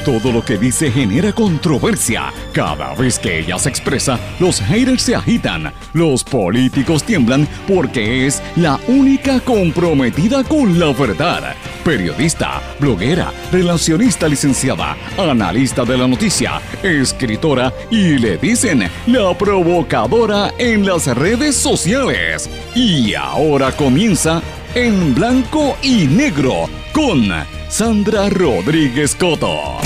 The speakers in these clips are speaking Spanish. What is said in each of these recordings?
Todo lo que dice genera controversia. Cada vez que ella se expresa, los haters se agitan. Los políticos tiemblan porque es la única comprometida con la verdad. Periodista, bloguera, relacionista licenciada, analista de la noticia, escritora y le dicen la provocadora en las redes sociales. Y ahora comienza En Blanco y Negro con Sandra Rodríguez Coto.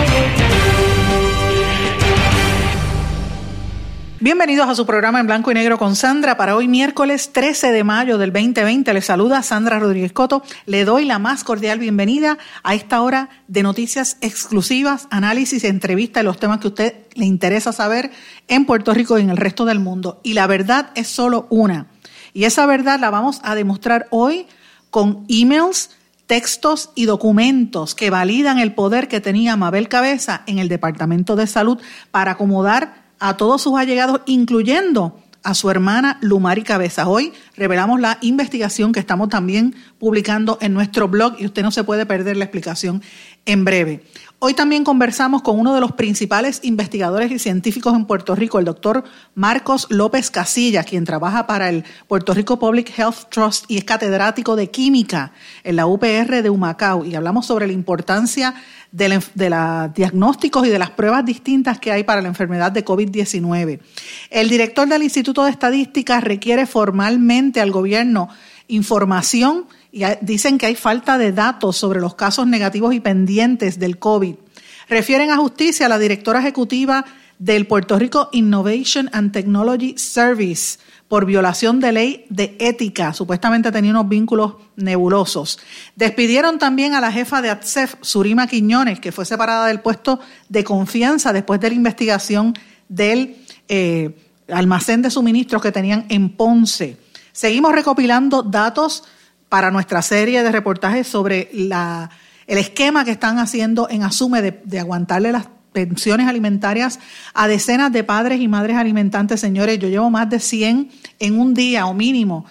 Bienvenidos a su programa En Blanco y Negro con Sandra. Para hoy, miércoles 13 de mayo del 2020, les saluda Sandra Rodríguez Coto. Le doy la más cordial bienvenida a esta hora de noticias exclusivas, análisis, entrevistas de los temas que a usted le interesa saber en Puerto Rico y en el resto del mundo. Y la verdad es solo una. Y esa verdad la vamos a demostrar hoy con emails, textos y documentos que validan el poder que tenía Mabel Cabeza en el Departamento de Salud para acomodar a todos sus allegados, incluyendo a su hermana Lumari Cabeza. Hoy revelamos la investigación que estamos también publicando en nuestro blog y usted no se puede perder la explicación en breve. Hoy también conversamos con uno de los principales investigadores y científicos en Puerto Rico, el doctor Marcos López Casillas, quien trabaja para el Puerto Rico Public Health Trust y es catedrático de química en la UPR de Humacao. Y hablamos sobre la importancia de los diagnósticos y de las pruebas distintas que hay para la enfermedad de COVID-19. El director del Instituto de Estadística requiere formalmente al gobierno información y dicen que hay falta de datos sobre los casos negativos y pendientes del COVID. Refieren a justicia a la directora ejecutiva del Puerto Rico Innovation and Technology Service por violación de ley de ética. Supuestamente tenía unos vínculos nebulosos. Despidieron también a la jefa de ATSEF, Surima Quiñones, que fue separada del puesto de confianza después de la investigación del almacén de suministros que tenían en Ponce. Seguimos recopilando datos para nuestra serie de reportajes sobre el esquema que están haciendo en Asume de aguantarle las pensiones alimentarias a decenas de padres y madres alimentantes. Señores, yo llevo más de 100 en un día o mínimo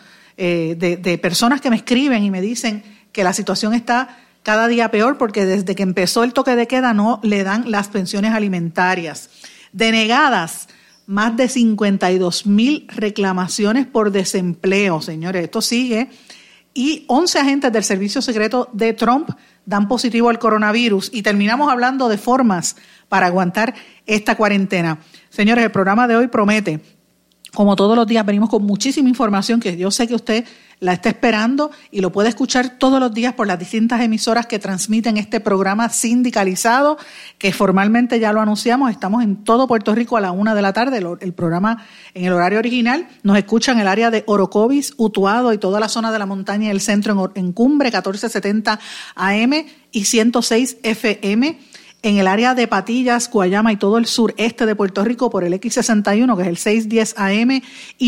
de personas que me escriben y me dicen que la situación está cada día peor porque desde que empezó el toque de queda no le dan las pensiones alimentarias. Denegadas más de 52,000 reclamaciones por desempleo, señores, esto sigue. Y 11 agentes del Servicio Secreto de Trump dan positivo al coronavirus. Y terminamos hablando de formas para aguantar esta cuarentena. Señores, el programa de hoy promete. Como todos los días, venimos con muchísima información que yo sé que usted la está esperando y lo puede escuchar todos los días por las distintas emisoras que transmiten este programa sindicalizado, que formalmente ya lo anunciamos. Estamos en todo Puerto Rico a la 1 de la tarde, el programa en el horario original. Nos escuchan en el área de Orocovis, Utuado y toda la zona de la montaña y el centro en Cumbre, 1470 AM y 106 FM. En el área de Patillas, Guayama y todo el sureste de Puerto Rico por el X61, que es el 610 AM y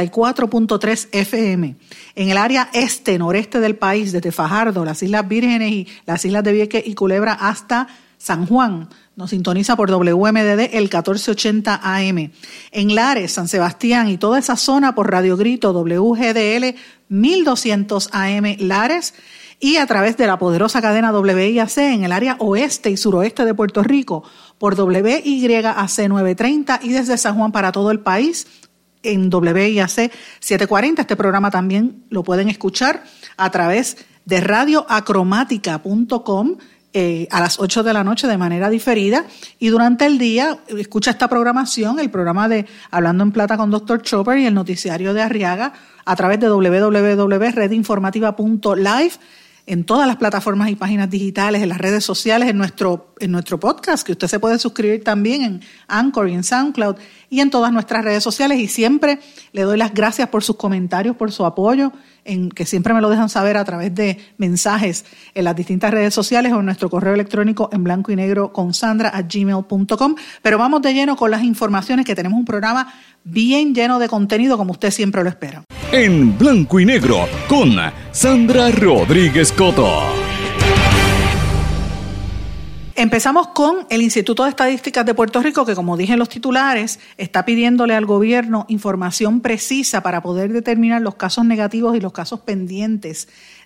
94.3 FM. En el área noreste del país, desde Fajardo, las Islas Vírgenes y las Islas de Vieques y Culebra hasta San Juan, nos sintoniza por WMDD el 1480 AM. En Lares, San Sebastián y toda esa zona por Radio Grito, WGDL 1200 AM Lares. Y a través de la poderosa cadena WIAC en el área oeste y suroeste de Puerto Rico por WYAC 930 y desde San Juan para todo el país en WIAC 740. Este programa también lo pueden escuchar a través de radioacromática.com a las 8 de la noche de manera diferida y durante el día escucha esta programación, el programa de Hablando en Plata con Dr. Chopper y el noticiario de Arriaga a través de www.redinformativa.live en todas las plataformas y páginas digitales, en las redes sociales, en nuestro podcast, que usted se puede suscribir también en Anchor y en SoundCloud y en todas nuestras redes sociales. Y siempre le doy las gracias por sus comentarios, por su apoyo, que siempre me lo dejan saber a través de mensajes en las distintas redes sociales o en nuestro correo electrónico en blanco y negro con sandra@gmail.com. Pero vamos de lleno con las informaciones, que tenemos un programa bien lleno de contenido como usted siempre lo espera. En Blanco y Negro con Sandra Rodríguez Coto. Empezamos con el Instituto de Estadísticas de Puerto Rico, que como dije en los titulares, está pidiéndole al gobierno información precisa para poder determinar los casos negativos y los casos pendientes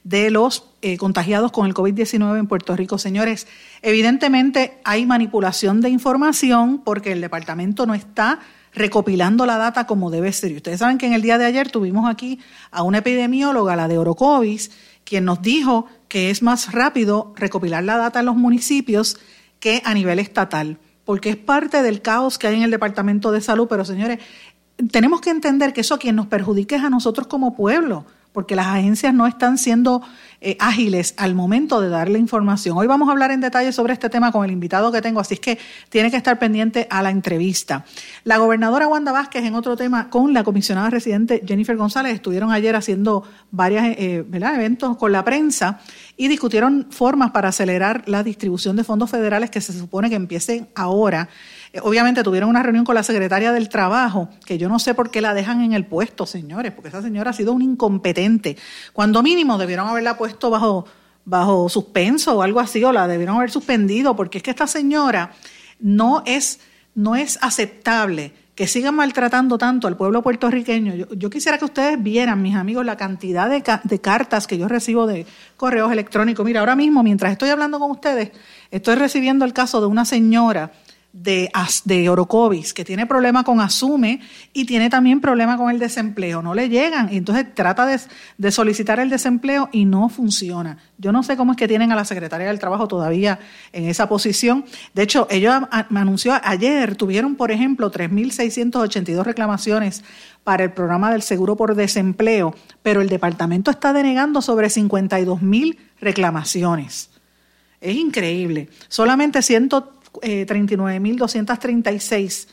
de los contagiados con el COVID-19 en Puerto Rico. Señores, evidentemente hay manipulación de información porque el departamento no está recopilando la data como debe ser. Y ustedes saben que en el día de ayer tuvimos aquí a una epidemióloga, la de Orocovis, quien nos dijo que es más rápido recopilar la data en los municipios que a nivel estatal, porque es parte del caos que hay en el Departamento de Salud. Pero, señores, tenemos que entender que eso a quien nos perjudica es a nosotros como pueblo, porque las agencias no están siendo ágiles al momento de darle información. Hoy vamos a hablar en detalle sobre este tema con el invitado que tengo, así es que tiene que estar pendiente a la entrevista. La gobernadora Wanda Vázquez, en otro tema, con la comisionada residente Jennifer González, estuvieron ayer haciendo varios eventos con la prensa y discutieron formas para acelerar la distribución de fondos federales que se supone que empiecen ahora. Obviamente tuvieron una reunión con la secretaria del Trabajo, que yo no sé por qué la dejan en el puesto, señores, porque esa señora ha sido un incompetente. Cuando mínimo debieron haberla puesto bajo suspenso o algo así, o la debieron haber suspendido, porque es que esta señora no es aceptable que sigan maltratando tanto al pueblo puertorriqueño. Yo quisiera que ustedes vieran, mis amigos, la cantidad de cartas que yo recibo de correos electrónicos. Mira, ahora mismo, mientras estoy hablando con ustedes, estoy recibiendo el caso de una señora de Orocovis, que tiene problema con Asume y tiene también problema con el desempleo. No le llegan, y entonces trata de solicitar el desempleo y no funciona. Yo no sé cómo es que tienen a la secretaria del Trabajo todavía en esa posición. De hecho, ella me anunció ayer, tuvieron, por ejemplo, 3.682 reclamaciones para el programa del seguro por desempleo, pero el departamento está denegando sobre 52.000 reclamaciones. Es increíble. Solamente 139.236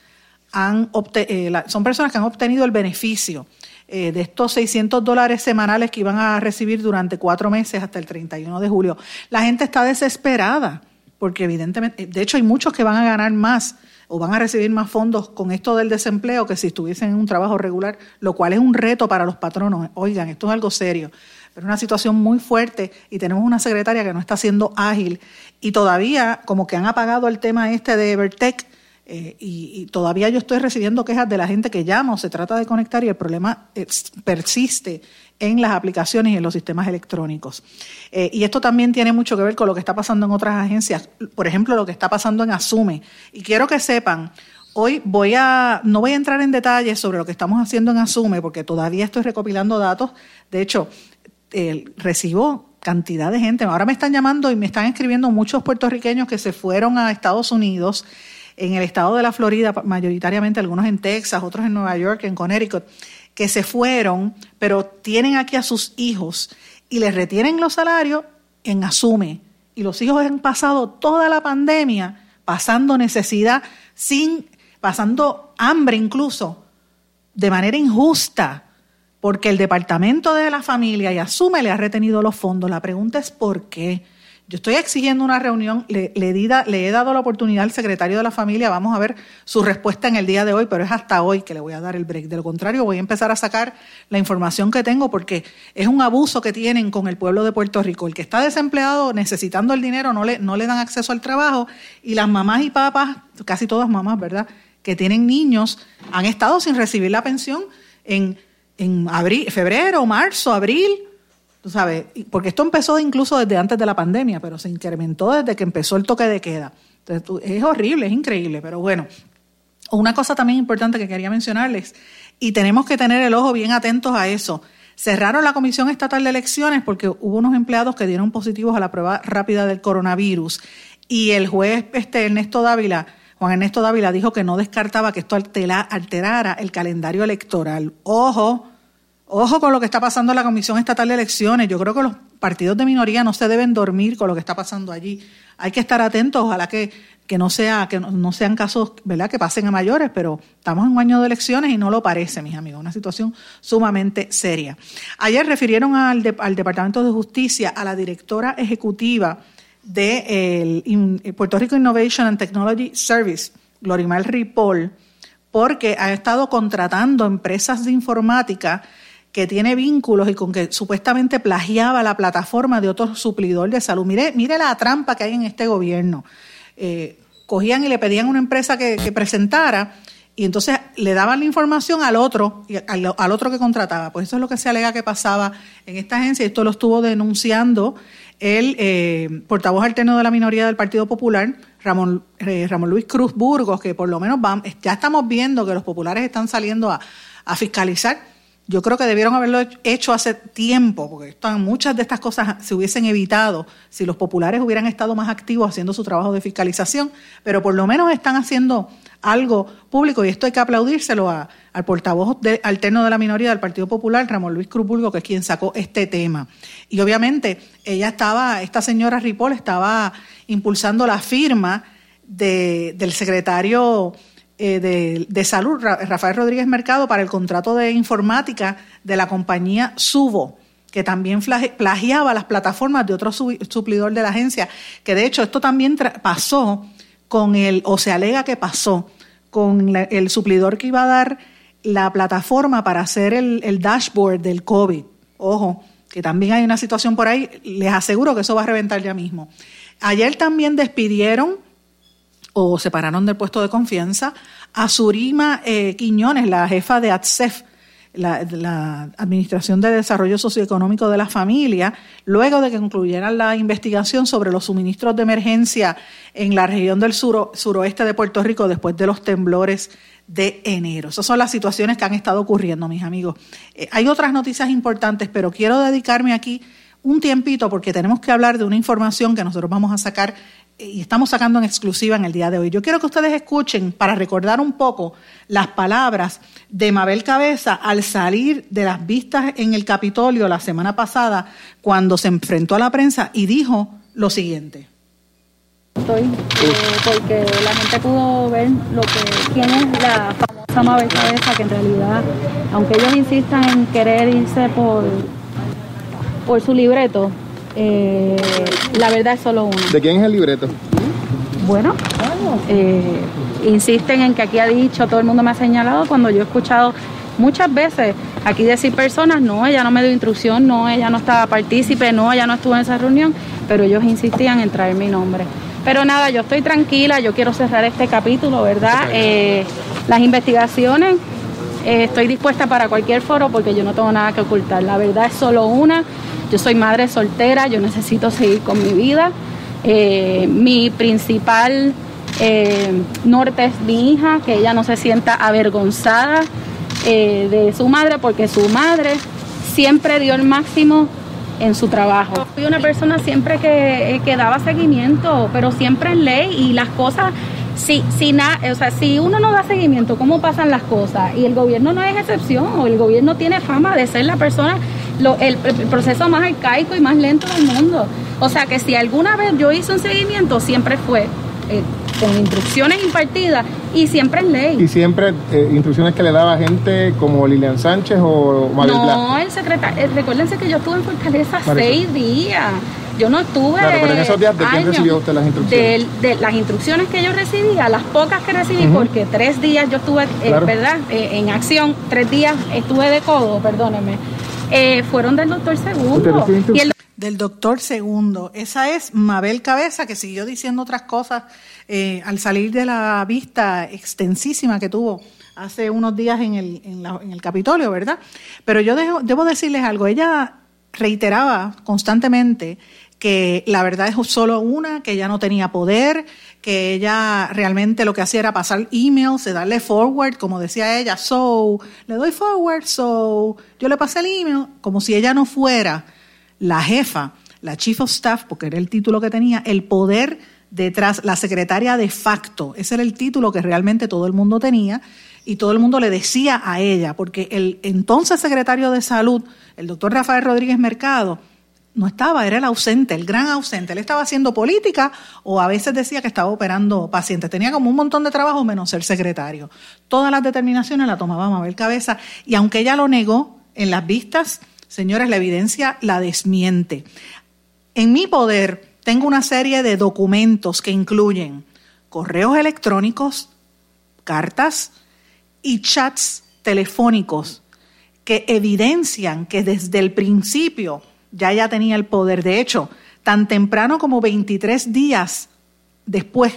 son personas que han obtenido el beneficio de estos $600 semanales que iban a recibir durante 4 meses hasta el 31 de julio. La gente está desesperada porque evidentemente, de hecho hay muchos que van a ganar más o van a recibir más fondos con esto del desempleo que si estuviesen en un trabajo regular, lo cual es un reto para los patronos. Oigan, esto es algo serio. Pero es una situación muy fuerte y tenemos una secretaria que no está siendo ágil y todavía como que han apagado el tema este de Evertech y todavía yo estoy recibiendo quejas de la gente que llama o se trata de conectar y el problema persiste en las aplicaciones y en los sistemas electrónicos. Y esto también tiene mucho que ver con lo que está pasando en otras agencias, por ejemplo, lo que está pasando en Asume. Y quiero que sepan, hoy no voy a entrar en detalles sobre lo que estamos haciendo en Asume porque todavía estoy recopilando datos. De hecho, recibo cantidad de gente. Ahora me están llamando y me están escribiendo muchos puertorriqueños que se fueron a Estados Unidos, en el estado de la Florida, mayoritariamente algunos en Texas, otros en Nueva York, en Connecticut, que se fueron, pero tienen aquí a sus hijos y les retienen los salarios en Asume. Y los hijos han pasado toda la pandemia pasando necesidad, pasando hambre incluso, de manera injusta, porque el Departamento de la Familia y Asume le ha retenido los fondos. La pregunta es ¿por qué? Yo estoy exigiendo una reunión, le he dado la oportunidad al secretario de la Familia, vamos a ver su respuesta en el día de hoy, pero es hasta hoy que le voy a dar el break. De lo contrario, voy a empezar a sacar la información que tengo porque es un abuso que tienen con el pueblo de Puerto Rico. El que está desempleado necesitando el dinero no le dan acceso al trabajo y las mamás y papás, casi todas mamás, ¿verdad?, que tienen niños, han estado sin recibir la pensión en febrero, marzo, abril, tú sabes, porque esto empezó incluso desde antes de la pandemia, pero se incrementó desde que empezó el toque de queda. Entonces, es horrible, es increíble, pero bueno. Una cosa también importante que quería mencionarles, y tenemos que tener el ojo bien atentos a eso. Cerraron la Comisión Estatal de Elecciones porque hubo unos empleados que dieron positivos a la prueba rápida del coronavirus, y el juez Juan Ernesto Dávila dijo que no descartaba que esto alterara el calendario electoral. Ojo con lo que está pasando en la Comisión Estatal de Elecciones. Yo creo que los partidos de minoría no se deben dormir con lo que está pasando allí. Hay que estar atentos, ojalá que no sean casos, ¿verdad?, que pasen a mayores, pero estamos en un año de elecciones y no lo parece, mis amigos, una situación sumamente seria. Ayer refirieron al Departamento de Justicia a la directora ejecutiva de Puerto Rico Innovation and Technology Service, Glorimar Ripoll, porque ha estado contratando empresas de informática que tiene vínculos y con que supuestamente plagiaba la plataforma de otro suplidor de salud. Mire la trampa que hay en este gobierno. Cogían y le pedían a una empresa que presentara y entonces le daban la información al otro que contrataba. Pues eso es lo que se alega que pasaba en esta agencia. Esto lo estuvo denunciando el portavoz alterno de la minoría del Partido Popular, Ramón Luis Cruz Burgos, que por lo menos ya estamos viendo que los populares están saliendo a fiscalizar. Yo creo que debieron haberlo hecho hace tiempo, porque muchas de estas cosas se hubiesen evitado si los populares hubieran estado más activos haciendo su trabajo de fiscalización, pero por lo menos están haciendo algo público, y esto hay que aplaudírselo al portavoz alterno de la minoría del Partido Popular, Ramón Luis Cruz Burgos, que es quien sacó este tema. Y obviamente esta señora Ripoll estaba impulsando la firma del secretario de Salud, Rafael Rodríguez Mercado, para el contrato de informática de la compañía Subo, que también plagiaba las plataformas de otro suplidor de la agencia, que de hecho esto también pasó se alega que pasó con el suplidor que iba a dar la plataforma para hacer el dashboard del COVID. Ojo, que también hay una situación por ahí, les aseguro que eso va a reventar ya mismo. Ayer también despidieron o separaron del puesto de confianza a Surima Quiñones, la jefa de ADSEF, la Administración de Desarrollo Socioeconómico de la Familia, luego de que concluyeran la investigación sobre los suministros de emergencia en la región del suroeste de Puerto Rico después de los temblores de enero. Esas son las situaciones que han estado ocurriendo, mis amigos. Hay otras noticias importantes, pero quiero dedicarme aquí un tiempito porque tenemos que hablar de una información que nosotros vamos a sacar y estamos sacando en exclusiva en el día de hoy. Yo quiero que ustedes escuchen, para recordar un poco, las palabras de Mabel Cabeza al salir de las vistas en el Capitolio la semana pasada, cuando se enfrentó a la prensa y dijo lo siguiente. Porque la gente pudo ver quién es la famosa Mabel Cabeza, que en realidad, aunque ellos insistan en querer irse por su libreto, la verdad es solo uno. ¿De quién es el libreto? Bueno, insisten en que aquí ha dicho, todo el mundo me ha señalado, cuando yo he escuchado muchas veces aquí decir personas, no, ella no me dio instrucción, no, ella no estaba partícipe, no, ella no estuvo en esa reunión, pero ellos insistían en traer mi nombre. Pero nada, yo estoy tranquila, yo quiero cerrar este capítulo, ¿verdad? Las investigaciones, estoy dispuesta para cualquier foro porque yo no tengo nada que ocultar. La verdad es solo una. Yo soy madre soltera, yo necesito seguir con mi vida. Mi principal norte es mi hija, que ella no se sienta avergonzada de su madre, porque su madre siempre dio el máximo en su trabajo. Fui una persona siempre que daba seguimiento, pero siempre en ley, y las cosas, si uno no da seguimiento, ¿cómo pasan las cosas? Y el gobierno no es excepción, o el gobierno tiene fama de ser la persona, el proceso más arcaico y más lento del mundo. O sea que si alguna vez yo hice un seguimiento, siempre fue con instrucciones impartidas y siempre en ley. ¿Y siempre instrucciones que le daba gente como Lilian Sánchez o Mabel Blas? No, el secretario, recuérdense que yo estuve en Fortaleza 6 días. Yo no estuve. Claro, pero en esos días, ¿de quién recibió usted las instrucciones? De las instrucciones que yo recibía, las pocas que recibí, porque 3 días yo estuve, claro, ¿verdad? En acción, 3 días estuve de codo, perdónenme. Fueron del doctor Segundo. Del doctor Segundo. Esa es Mabel Cabeza, que siguió diciendo otras cosas al salir de la vista extensísima que tuvo hace unos días en el Capitolio, ¿verdad? Pero yo debo decirles algo. Ella reiteraba constantemente que la verdad es solo una, que ella no tenía poder, que ella realmente lo que hacía era pasar emails, darle forward, como decía ella, le doy forward, yo le pasé el email, como si ella no fuera la jefa, la chief of staff, porque era el título que tenía, el poder detrás, la secretaria de facto. Ese era el título que realmente todo el mundo tenía y todo el mundo le decía a ella, porque el entonces secretario de Salud, el doctor Rafael Rodríguez Mercado, no estaba, era el ausente, el gran ausente. Él estaba haciendo política o a veces decía que estaba operando pacientes. Tenía como un montón de trabajo menos ser secretario. Todas las determinaciones las tomaba Mabel Cabeza y aunque ella lo negó en las vistas, señores, la evidencia la desmiente. En mi poder tengo una serie de documentos que incluyen correos electrónicos, cartas y chats telefónicos que evidencian que desde el principio ya ella tenía el poder. De hecho, tan temprano como 23 días después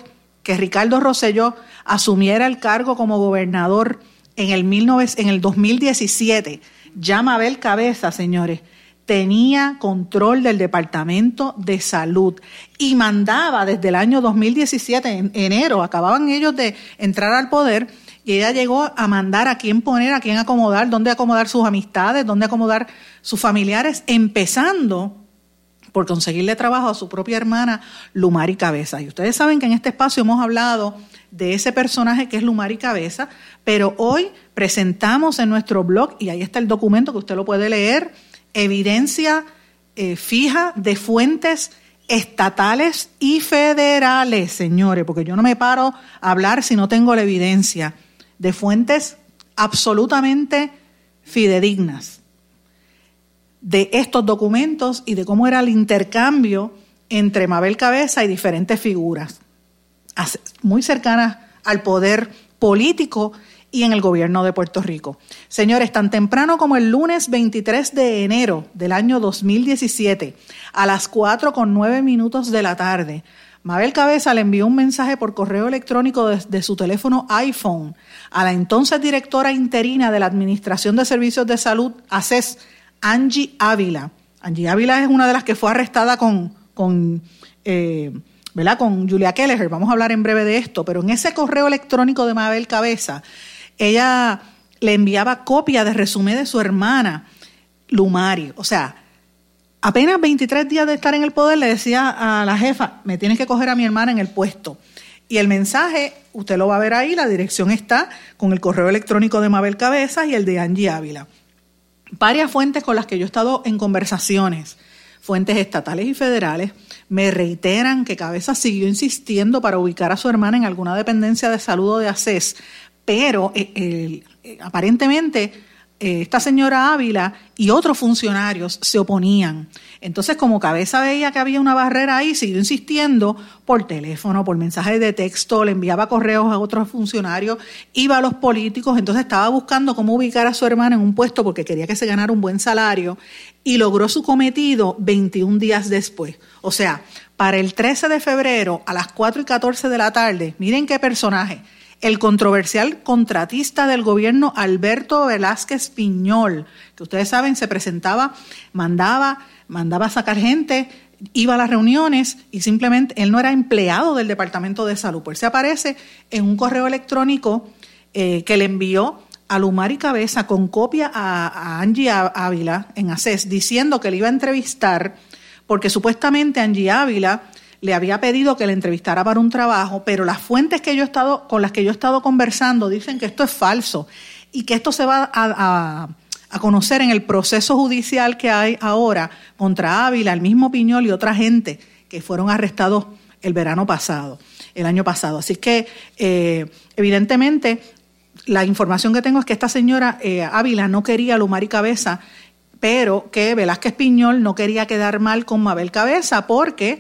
que Ricardo Rosselló asumiera el cargo como gobernador en el 2017, ya Mabel Cabeza, señores, tenía control del Departamento de Salud y mandaba desde el año 2017, en enero, acababan ellos de entrar al poder, y ella llegó a mandar a quién poner, a quién acomodar, dónde acomodar sus amistades, dónde acomodar sus familiares, empezando por conseguirle trabajo a su propia hermana, Lumari Cabeza. Y ustedes saben que en este espacio hemos hablado de ese personaje que es Lumari Cabeza, pero hoy presentamos en nuestro blog, y ahí está el documento que usted lo puede leer, evidencia fija de fuentes estatales y federales, señores, porque yo no me paro a hablar si no tengo la evidencia, de fuentes absolutamente fidedignas de estos documentos y de cómo era el intercambio entre Mabel Cabeza y diferentes figuras muy cercanas al poder político y en el gobierno de Puerto Rico. Señores, tan temprano como el lunes 23 de enero del año 2017, a las 4:09 de la tarde, Mabel Cabeza le envió un mensaje por correo electrónico desde su teléfono iPhone a la entonces directora interina de la Administración de Servicios de Salud, ACES, Angie Ávila. Angie Ávila es una de las que fue arrestada con Julia Kelleher. Vamos a hablar en breve de esto, pero en ese correo electrónico de Mabel Cabeza, ella le enviaba copia de resumen de su hermana, Lumari. O sea, apenas 23 días de estar en el poder, le decía a la jefa, me tienes que coger a mi hermana en el puesto. Y el mensaje, usted lo va a ver ahí, la dirección está con el correo electrónico de Mabel Cabeza y el de Angie Ávila. Varias fuentes con las que yo he estado en conversaciones, fuentes estatales y federales, me reiteran que Cabeza siguió insistiendo para ubicar a su hermana en alguna dependencia de salud o de ACES, pero aparentemente esta señora Ávila y otros funcionarios se oponían. Entonces, como Cabeza veía que había una barrera ahí, siguió insistiendo por teléfono, por mensajes de texto, le enviaba correos a otros funcionarios, iba a los políticos, entonces estaba buscando cómo ubicar a su hermana en un puesto porque quería que se ganara un buen salario y logró su cometido 21 días después. O sea, para el 13 de febrero a las 4:14 de la tarde, miren qué personaje, el controversial contratista del gobierno Alberto Velázquez Piñol, que ustedes saben se presentaba, mandaba a sacar gente, iba a las reuniones y simplemente él no era empleado del Departamento de Salud. Pues se aparece en un correo electrónico que le envió a Lumari Cabeza con copia a Angie Ávila en ACES, diciendo que le iba a entrevistar porque supuestamente Angie Ávila le había pedido que le entrevistara para un trabajo, pero las fuentes con las que yo he estado conversando dicen que esto es falso y que esto se va a conocer en el proceso judicial que hay ahora contra Ávila, el mismo Piñol y otra gente que fueron arrestados el año pasado. Así que, evidentemente, la información que tengo es que esta señora Ávila no quería a Lumari Cabeza, pero que Velázquez Piñol no quería quedar mal con Mabel Cabeza porque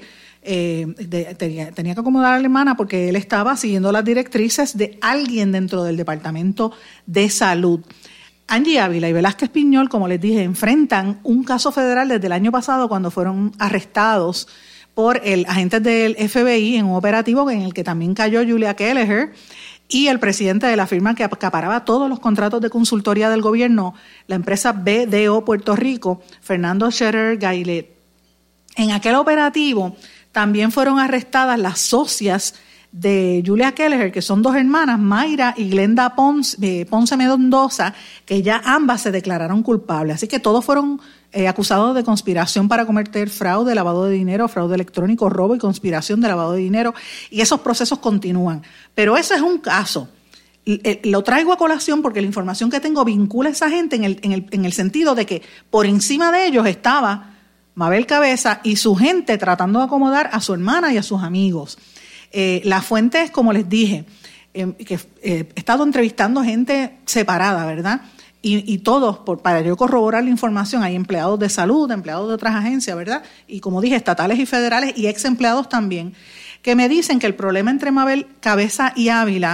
tenía que acomodar a la hermana porque él estaba siguiendo las directrices de alguien dentro del Departamento de Salud. Angie Ávila y Velázquez Piñol, como les dije, enfrentan un caso federal desde el año pasado cuando fueron arrestados por agentes del FBI en un operativo en el que también cayó Julia Kelleher y el presidente de la firma que acaparaba todos los contratos de consultoría del gobierno, la empresa BDO Puerto Rico, Fernando Scherer Gailet. En aquel operativo también fueron arrestadas las socias de Julia Kelleher, que son dos hermanas, Mayra y Glenda Ponce Mendoza, que ya ambas se declararon culpables. Así que todos fueron acusados de conspiración para cometer fraude, lavado de dinero, fraude electrónico, robo y conspiración de lavado de dinero. Y esos procesos continúan. Pero ese es un caso. Lo traigo a colación porque la información que tengo vincula a esa gente en el sentido de que por encima de ellos estaba Mabel Cabeza y su gente tratando de acomodar a su hermana y a sus amigos. Las fuentes, como les dije, que he estado entrevistando gente separada, ¿verdad? Y todos, para yo corroborar la información, hay empleados de salud, empleados de otras agencias, ¿verdad? Y como dije, estatales y federales y ex empleados también, que me dicen que el problema entre Mabel Cabeza y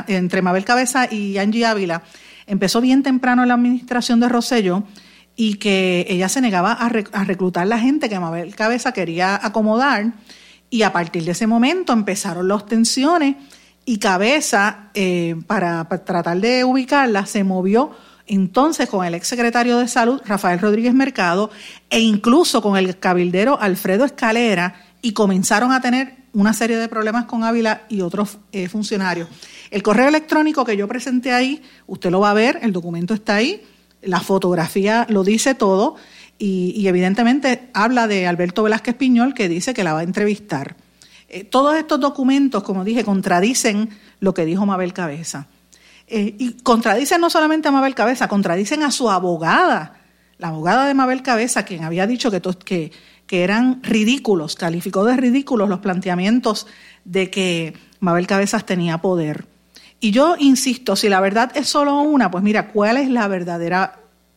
Angie Ávila empezó bien temprano en la administración de Rosselló y que ella se negaba a reclutar la gente que Mabel Cabeza quería acomodar. Y a partir de ese momento empezaron las tensiones y Cabeza, para tratar de ubicarla, se movió entonces con el exsecretario de Salud, Rafael Rodríguez Mercado, e incluso con el cabildero Alfredo Escalera, y comenzaron a tener una serie de problemas con Ávila y otros funcionarios. El correo electrónico que yo presenté ahí, usted lo va a ver, el documento está ahí, la fotografía lo dice todo, y evidentemente habla de Alberto Velázquez Piñol, que dice que la va a entrevistar. Todos estos documentos, como dije, contradicen lo que dijo Mabel Cabeza. Y contradicen no solamente a Mabel Cabeza, contradicen a su abogada, la abogada de Mabel Cabeza, quien había dicho que eran ridículos, calificó de ridículos los planteamientos de que Mabel Cabezas tenía poder. Y yo insisto, si la verdad es solo una, pues mira, ¿cuál es la verdadera,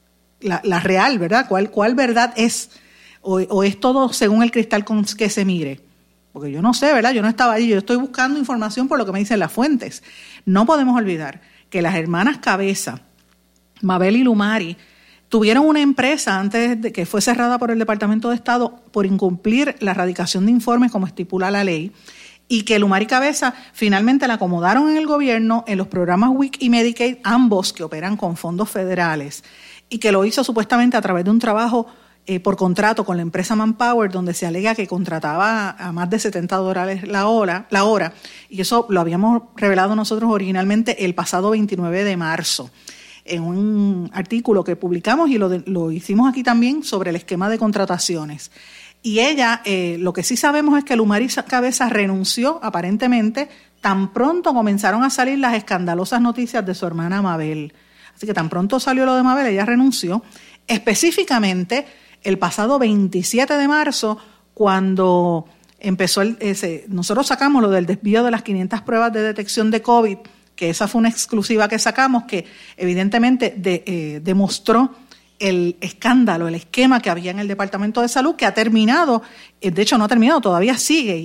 la real, verdad? ¿Cuál verdad es? ¿O es todo según el cristal con que se mire? Porque yo no sé, ¿verdad? Yo no estaba allí, yo estoy buscando información por lo que me dicen las fuentes. No podemos olvidar que las hermanas Cabeza, Mabel y Lumari, tuvieron una empresa antes de que fue cerrada por el Departamento de Estado por incumplir la radicación de informes como estipula la ley, y que Lumari Cabeza finalmente la acomodaron en el gobierno en los programas WIC y Medicaid, ambos que operan con fondos federales, y que lo hizo supuestamente a través de un trabajo por contrato con la empresa Manpower, donde se alega que contrataba a más de $70 la hora, y eso lo habíamos revelado nosotros originalmente el pasado 29 de marzo, en un artículo que publicamos y lo hicimos aquí también sobre el esquema de contrataciones. Y ella, lo que sí sabemos es que Lumari Cabeza renunció, aparentemente, tan pronto comenzaron a salir las escandalosas noticias de su hermana Mabel. Así que tan pronto salió lo de Mabel, ella renunció. Específicamente, el pasado 27 de marzo, cuando empezó nosotros sacamos lo del desvío de las 500 pruebas de detección de COVID, que esa fue una exclusiva que sacamos, que evidentemente demostró el escándalo, el esquema que había en el Departamento de Salud, que ha terminado, de hecho no ha terminado, todavía sigue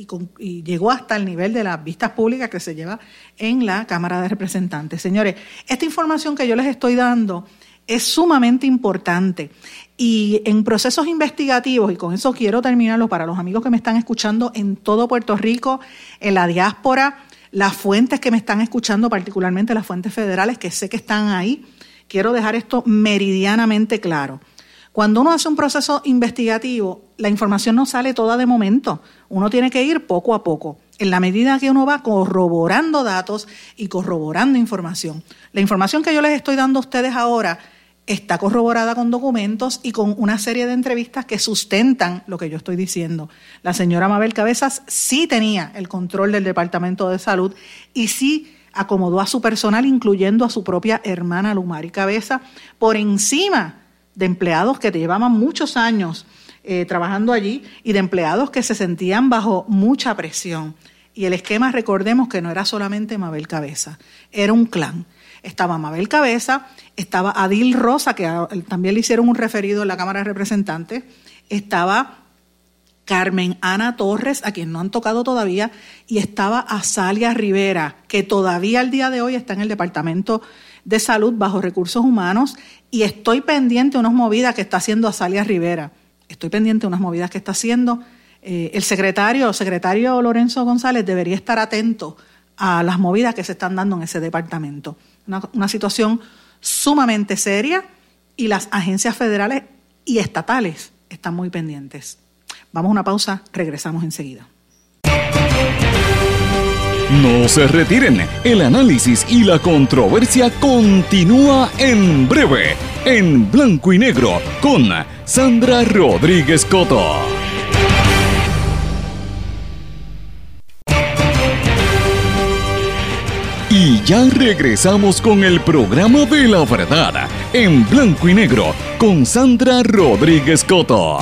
y llegó hasta el nivel de las vistas públicas que se lleva en la Cámara de Representantes. Señores, esta información que yo les estoy dando es sumamente importante, y en procesos investigativos, y con eso quiero terminarlo para los amigos que me están escuchando en todo Puerto Rico, en la diáspora, las fuentes que me están escuchando, particularmente las fuentes federales, que sé que están ahí, quiero dejar esto meridianamente claro. Cuando uno hace un proceso investigativo, la información no sale toda de momento. Uno tiene que ir poco a poco, en la medida que uno va corroborando datos y corroborando información. La información que yo les estoy dando a ustedes ahora está corroborada con documentos y con una serie de entrevistas que sustentan lo que yo estoy diciendo. La señora Mabel Cabezas sí tenía el control del Departamento de Salud y sí acomodó a su personal, incluyendo a su propia hermana Lumari Cabeza, por encima de empleados que llevaban muchos años trabajando allí y de empleados que se sentían bajo mucha presión. Y el esquema, recordemos que no era solamente Mabel Cabeza, era un clan. Estaba Mabel Cabeza, estaba Adil Rosa, que también le hicieron un referido en la Cámara de Representantes, estaba Carmen Ana Torres, a quien no han tocado todavía, y estaba Azalia Rivera, que todavía al día de hoy está en el Departamento de Salud bajo Recursos Humanos, y estoy pendiente de unas movidas que está haciendo Azalia Rivera. Estoy pendiente de unas movidas que está haciendo. El secretario Lorenzo González debería estar atento a las movidas que se están dando en ese departamento. Una situación sumamente seria, y las agencias federales y estatales están muy pendientes. Vamos a una pausa, regresamos enseguida. No se retiren, el análisis y la controversia continúa en breve, en Blanco y Negro, con Sandra Rodríguez Coto. Y ya regresamos con el programa de la verdad, en Blanco y Negro, con Sandra Rodríguez Coto.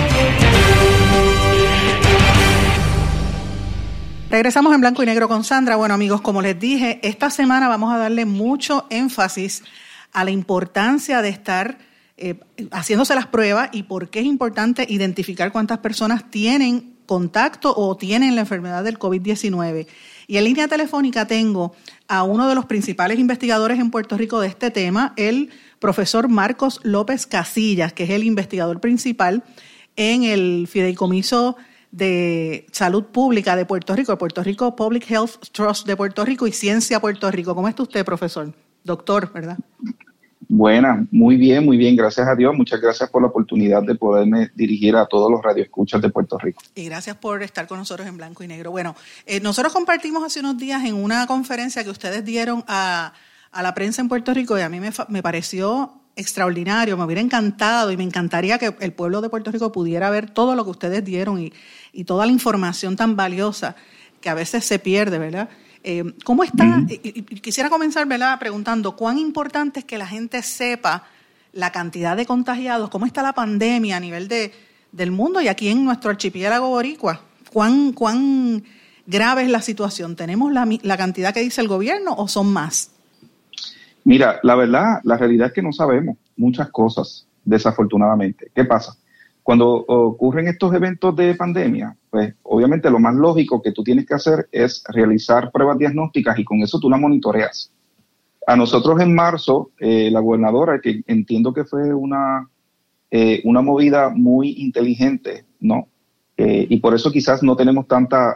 Regresamos en Blanco y Negro con Sandra. Bueno, amigos, como les dije, esta semana vamos a darle mucho énfasis a la importancia de estar haciéndose las pruebas y por qué es importante identificar cuántas personas tienen contacto o tienen la enfermedad del COVID-19. Y en línea telefónica tengo a uno de los principales investigadores en Puerto Rico de este tema, el profesor Marcos López Casillas, que es el investigador principal en el Fideicomiso de Salud Pública de Puerto Rico Public Health Trust de Puerto Rico y Ciencia Puerto Rico. ¿Cómo está usted, profesor? Doctor, ¿verdad? Buena, muy bien, gracias a Dios. Muchas gracias por la oportunidad de poderme dirigir a todos los radioescuchas de Puerto Rico. Y gracias por estar con nosotros en Blanco y Negro. Bueno, nosotros compartimos hace unos días en una conferencia que ustedes dieron a la prensa en Puerto Rico y a mí me pareció extraordinario, me hubiera encantado y me encantaría que el pueblo de Puerto Rico pudiera ver todo lo que ustedes dieron y toda la información tan valiosa que a veces se pierde, ¿verdad? ¿Cómo está? Y quisiera comenzar, ¿verdad?, preguntando cuán importante es que la gente sepa la cantidad de contagiados, cómo está la pandemia a nivel del mundo y aquí en nuestro archipiélago boricua. ¿Cuán grave es la situación? ¿Tenemos la cantidad que dice el gobierno o son más? Mira, la realidad es que no sabemos muchas cosas, desafortunadamente. ¿Qué pasa? Cuando ocurren estos eventos de pandemia, pues obviamente lo más lógico que tú tienes que hacer es realizar pruebas diagnósticas y con eso tú las monitoreas. A nosotros en marzo, la gobernadora, que entiendo que fue una movida muy inteligente, ¿no? Y por eso quizás no tenemos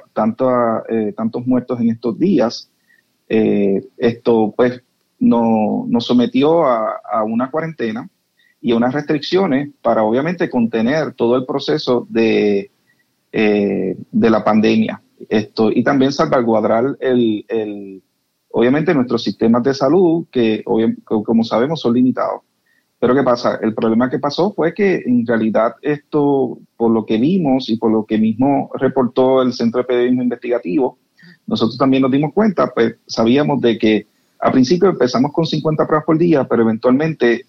tantos muertos en estos días. Esto pues nos sometió a una cuarentena y a unas restricciones para obviamente contener todo el proceso de la pandemia. Y también salvaguardar obviamente nuestros sistemas de salud que como sabemos son limitados. Pero ¿qué pasa? El problema que pasó fue que en realidad esto, por lo que vimos y por lo que mismo reportó el Centro de Periodismo Investigativo, nosotros también nos dimos cuenta, pues sabíamos de que a principio empezamos con 50 pruebas por día, pero eventualmente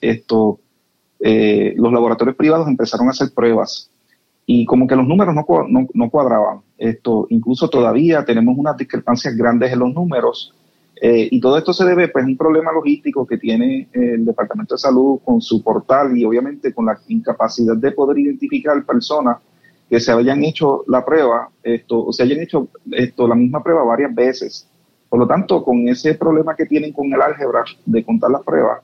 los laboratorios privados empezaron a hacer pruebas y como que los números no cuadraban. Incluso todavía tenemos unas discrepancias grandes en los números y todo esto se debe pues a un problema logístico que tiene el Departamento de Salud con su portal y obviamente con la incapacidad de poder identificar personas que se hayan hecho la prueba o se hayan hecho la misma prueba varias veces. Por lo tanto, con ese problema que tienen con el álgebra de contar las pruebas,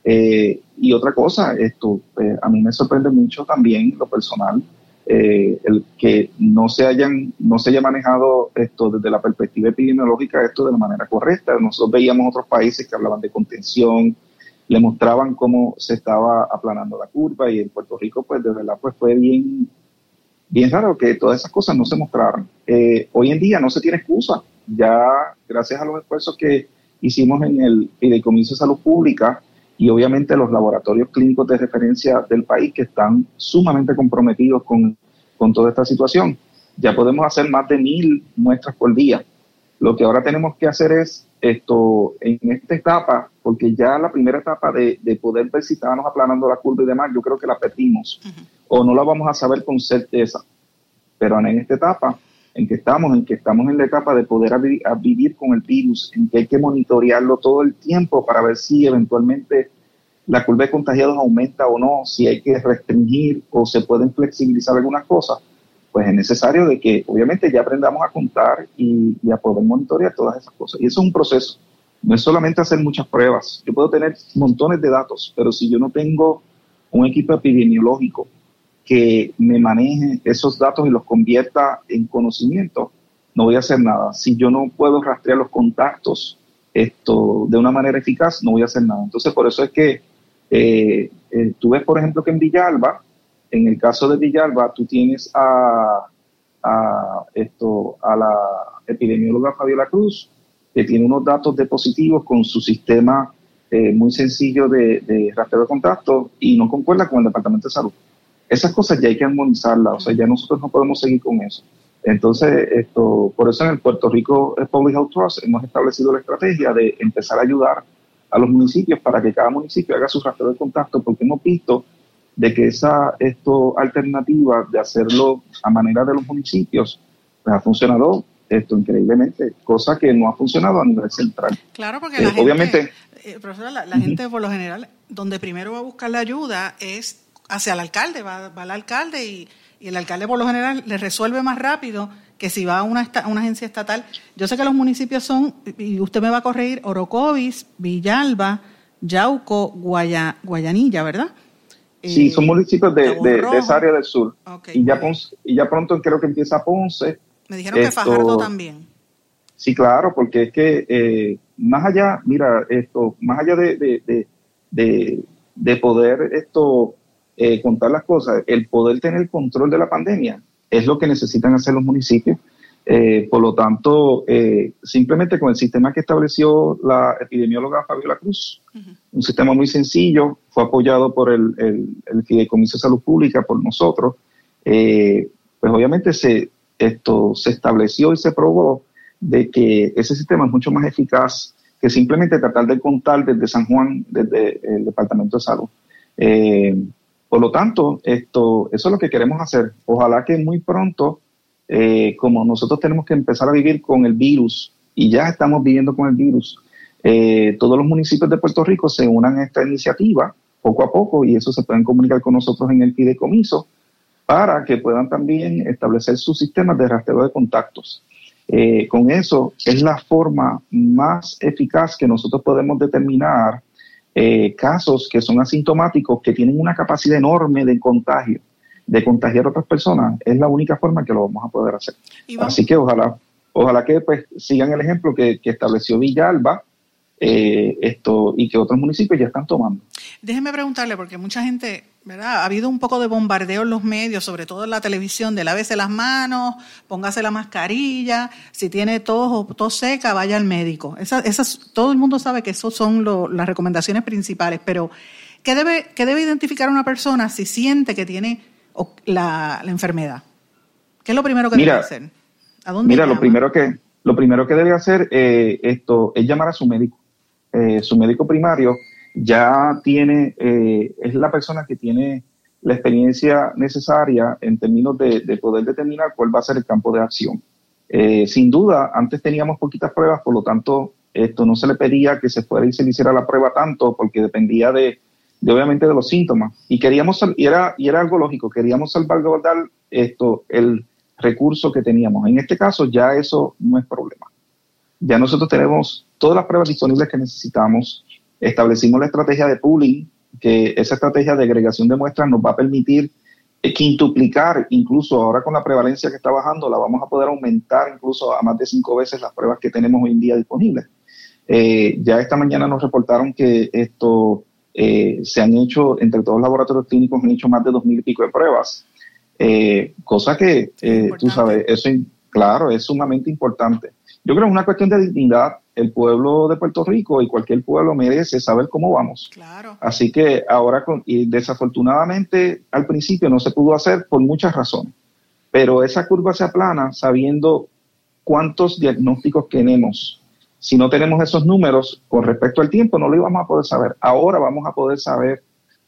y otra cosa, a mí me sorprende mucho también lo personal, el que no se haya manejado desde la perspectiva epidemiológica de la manera correcta. Nosotros veíamos otros países que hablaban de contención, le mostraban cómo se estaba aplanando la curva y en Puerto Rico pues de verdad pues fue bien raro que todas esas cosas no se mostraran. Hoy en día no se tiene excusa. Ya gracias a los esfuerzos que hicimos en el Fideicomiso de Salud Pública y obviamente los laboratorios clínicos de referencia del país que están sumamente comprometidos con toda esta situación, ya podemos hacer más de 1,000 muestras por día. Lo que ahora tenemos que hacer es en esta etapa, porque ya la primera etapa de poder ver si estábamos aplanando la curva y demás, yo creo que la perdimos o no la vamos a saber con certeza. Pero en esta etapa en que estamos en la etapa de poder vivir con el virus, en que hay que monitorearlo todo el tiempo para ver si eventualmente la curva de contagiados aumenta o no, si hay que restringir o se pueden flexibilizar algunas cosas, pues es necesario de que obviamente ya aprendamos a contar y a poder monitorear todas esas cosas. Y eso es un proceso, no es solamente hacer muchas pruebas. Yo puedo tener montones de datos, pero si yo no tengo un equipo epidemiológico que me maneje esos datos y los convierta en conocimiento, no voy a hacer nada. Si yo no puedo rastrear los contactos de una manera eficaz, no voy a hacer nada. Entonces, por eso es que tú ves, por ejemplo, que en Villalba, en el caso de Villalba, tú tienes a la epidemióloga Fabiola Cruz, que tiene unos datos de positivos con su sistema muy sencillo de rastreo de contactos y no concuerda con el Departamento de Salud. Esas cosas ya hay que armonizarlas, o sea, ya nosotros no podemos seguir con eso. Entonces, por eso en el Puerto Rico Public Health Trust hemos establecido la estrategia de empezar a ayudar a los municipios para que cada municipio haga su rastreo de contacto, porque hemos visto de que esa alternativa de hacerlo a manera de los municipios pues ha funcionado increíblemente, cosa que no ha funcionado a nivel central. Claro, porque la gente, obviamente, profesora, la gente por lo general, donde primero va a buscar la ayuda es hacia el alcalde, va al alcalde y el alcalde por lo general le resuelve más rápido que si va a una agencia estatal. Yo sé que los municipios son, y usted me va a corregir, Orocovis, Villalba, Yauco, Guayanilla, ¿verdad? Sí, son municipios de esa área del sur. Okay, y ya pronto creo que empieza Ponce. Me dijeron que Fajardo también. Sí, claro, porque es que más allá, mira, más allá de poder contar las cosas, el poder tener control de la pandemia es lo que necesitan hacer los municipios. Por lo tanto, simplemente con el sistema que estableció la epidemióloga Fabiola Cruz, un sistema muy sencillo, fue apoyado por el Fideicomiso de Salud Pública, por nosotros, pues obviamente se estableció y se probó de que ese sistema es mucho más eficaz que simplemente tratar de contar desde San Juan, desde el Departamento de Salud. Por lo tanto, eso es lo que queremos hacer. Ojalá que muy pronto, como nosotros tenemos que empezar a vivir con el virus, y ya estamos viviendo con el virus, todos los municipios de Puerto Rico se unan a esta iniciativa poco a poco, y eso se pueden comunicar con nosotros en el fideicomiso para que puedan también establecer sus sistemas de rastreo de contactos. Con eso es la forma más eficaz que nosotros podemos determinar casos que son asintomáticos, que tienen una capacidad enorme de contagio, de contagiar a otras personas. Es la única forma que lo vamos a poder hacer. Así que ojalá que pues sigan el ejemplo que estableció Villalba, y que otros municipios ya están tomando. Déjeme preguntarle, porque mucha gente, ¿verdad? Ha habido un poco de bombardeo en los medios, sobre todo en la televisión, de lávese las manos, póngase la mascarilla, si tiene tos o tos seca, vaya al médico. Todo el mundo sabe que esas son las recomendaciones principales, pero ¿qué debe identificar una persona si siente que tiene la enfermedad? ¿Qué es lo primero que debe hacer? ¿A dónde llama? Lo primero que debe hacer es llamar a su médico. Su médico primario ya tiene, es la persona que tiene la experiencia necesaria en términos de poder determinar cuál va a ser el campo de acción. Sin duda, antes teníamos poquitas pruebas, por lo tanto, no se le pedía que se fuera y se le hiciera la prueba tanto, porque dependía obviamente de los síntomas. Y era algo lógico, queríamos salvaguardar el recurso que teníamos. En este caso, ya eso no es problema. Ya nosotros tenemos todas las pruebas disponibles que necesitamos. Establecimos la estrategia de pooling, que esa estrategia de agregación de muestras nos va a permitir quintuplicar, incluso ahora con la prevalencia que está bajando, la vamos a poder aumentar incluso a más de 5 veces las pruebas que tenemos hoy en día disponibles. Ya esta mañana nos reportaron que se han hecho, entre todos los laboratorios clínicos, han hecho más de 2,000 y pico de pruebas. Cosa que, tú sabes, eso, claro, es sumamente importante. Yo creo que es una cuestión de dignidad. El pueblo de Puerto Rico y cualquier pueblo merece saber cómo vamos. Claro. Así que ahora, y desafortunadamente, al principio no se pudo hacer por muchas razones, pero esa curva se aplana sabiendo cuántos diagnósticos tenemos. Si no tenemos esos números con respecto al tiempo, no lo íbamos a poder saber. Ahora vamos a poder saber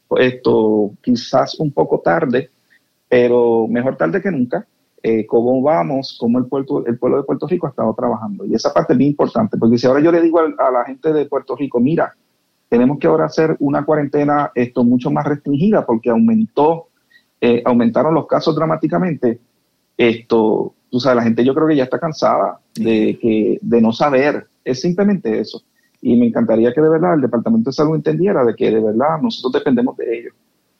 quizás un poco tarde, pero mejor tarde que nunca. Cómo vamos, cómo el pueblo de Puerto Rico ha estado trabajando. Y esa parte es bien importante, porque si ahora yo le digo a la gente de Puerto Rico, mira, tenemos que ahora hacer una cuarentena mucho más restringida, porque aumentaron los casos dramáticamente, tú sabes, la gente yo creo que ya está cansada de no saber. Es simplemente eso. Y me encantaría que de verdad el Departamento de Salud entendiera de que de verdad nosotros dependemos de ellos.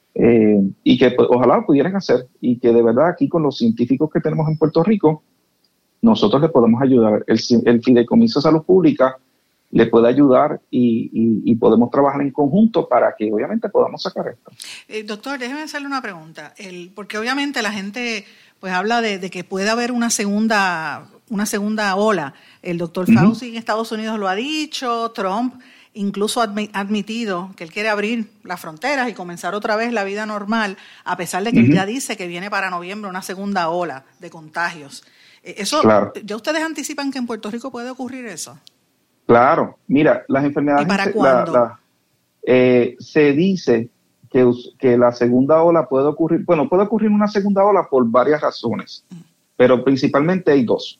Y que pues, ojalá lo pudieran hacer, y que de verdad aquí con los científicos que tenemos en Puerto Rico, nosotros les podemos ayudar. El Fideicomiso de Salud Pública le puede ayudar y podemos trabajar en conjunto para que obviamente podamos sacar esto. Doctor, déjeme hacerle una pregunta, porque obviamente la gente pues habla de que puede haber una segunda ola. El doctor Fauci en Estados Unidos lo ha dicho, Trump incluso ha admitido que él quiere abrir las fronteras y comenzar otra vez la vida normal, a pesar de que él ya dice que viene para noviembre una segunda ola de contagios. Eso, claro. ¿Ya ustedes anticipan que en Puerto Rico puede ocurrir eso? Claro. Mira, las enfermedades... ¿Y para cuándo? Se dice que la segunda ola puede ocurrir... Bueno, puede ocurrir una segunda ola por varias razones, pero principalmente hay dos.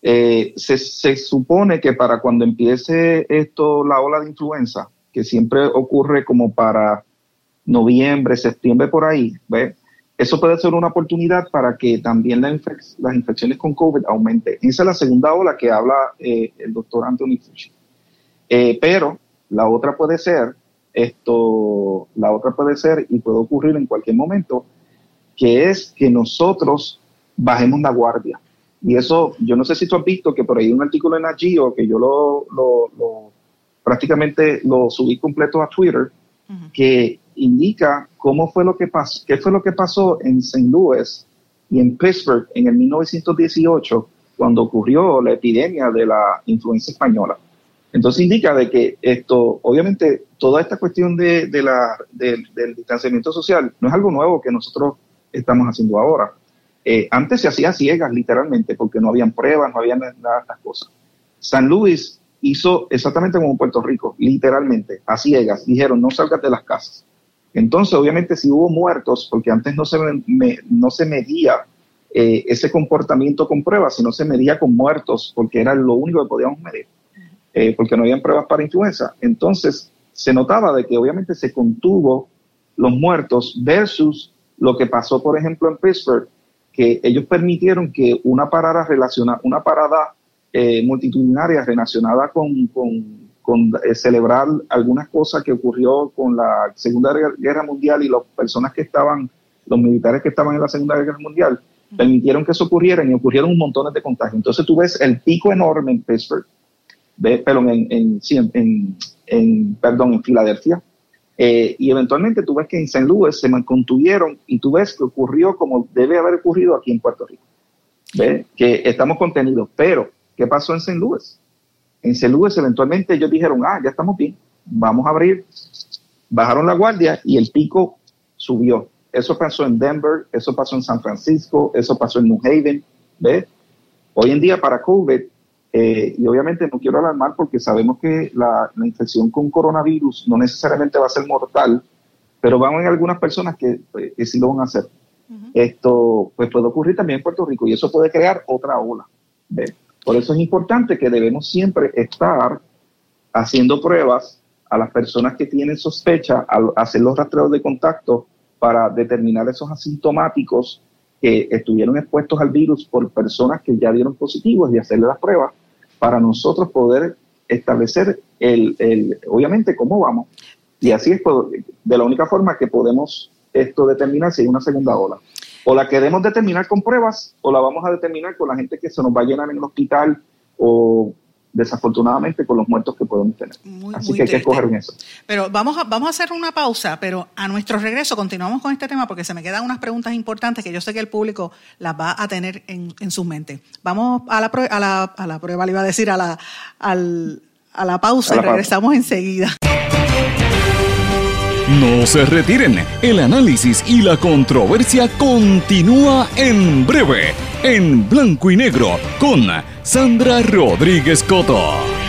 Se supone que para cuando empiece la ola de influenza, que siempre ocurre como para noviembre, septiembre, por ahí, ¿ves? Eso puede ser una oportunidad para que también las infecciones con COVID aumenten. Esa es la segunda ola que habla el doctor Anthony Fauci. Pero la otra puede ser la otra puede ser, y puede ocurrir en cualquier momento, que es que nosotros bajemos la guardia. Y eso, yo no sé si tú has visto que por ahí hay un artículo en Agio que yo prácticamente lo subí completo a Twitter, que indica cómo fue lo que pasó, qué fue lo que pasó en St. Louis y en Pittsburgh en el 1918, cuando ocurrió la epidemia de la influenza española. Entonces indica de que obviamente, toda esta cuestión del distanciamiento social no es algo nuevo que nosotros estamos haciendo ahora. Antes se hacía ciegas, literalmente, porque no habían pruebas, no había nada de estas cosas. San Luis hizo exactamente como Puerto Rico, literalmente, a ciegas. Dijeron, no salgas de las casas. Entonces, obviamente, si hubo muertos, porque antes no se medía ese comportamiento con pruebas, sino se medía con muertos, porque era lo único que podíamos medir, porque no habían pruebas para influenza. Entonces, se notaba de que obviamente se contuvo los muertos versus lo que pasó, por ejemplo, en Pittsburgh, que ellos permitieron que una parada multitudinaria relacionada con celebrar algunas cosas que ocurrió con la Segunda Guerra Mundial y los militares que estaban en la Segunda Guerra Mundial, permitieron que eso ocurriera y ocurrieron un montón de contagios. Entonces tú ves el pico enorme en Pittsburgh, en Filadelfia, y eventualmente tú ves que en St. Louis se contuvieron y tú ves que ocurrió como debe haber ocurrido aquí en Puerto Rico. ¿Ves? Que estamos contenidos. Pero, ¿qué pasó en St. Louis? En St. Louis eventualmente ellos dijeron, ya estamos bien, vamos a abrir. Bajaron la guardia y el pico subió. Eso pasó en Denver, eso pasó en San Francisco, eso pasó en New Haven. ¿Ves? Hoy en día para COVID, y obviamente no quiero alarmar porque sabemos que la infección con coronavirus no necesariamente va a ser mortal, pero van a haber algunas personas que sí lo van a hacer. Esto pues puede ocurrir también en Puerto Rico y eso puede crear otra ola. ¿Ves? Por eso es importante que debemos siempre estar haciendo pruebas a las personas que tienen sospecha, al hacer los rastreos de contacto para determinar esos asintomáticos que estuvieron expuestos al virus por personas que ya dieron positivos y hacerle las pruebas para nosotros poder establecer obviamente cómo vamos. Y así es de la única forma que podemos determinar si hay una segunda ola. O la queremos determinar con pruebas o la vamos a determinar con la gente que se nos va a llenar en el hospital o desafortunadamente con los muertos que podemos tener. Así que hay que escoger en eso. Pero vamos a hacer una pausa, pero a nuestro regreso continuamos con este tema porque se me quedan unas preguntas importantes que yo sé que el público las va a tener en su mente. Vamos a la prueba, le iba a decir, a la pausa y regresamos enseguida. No se retiren, el análisis y la controversia continúa en breve, en Blanco y Negro, con Sandra Rodríguez Coto.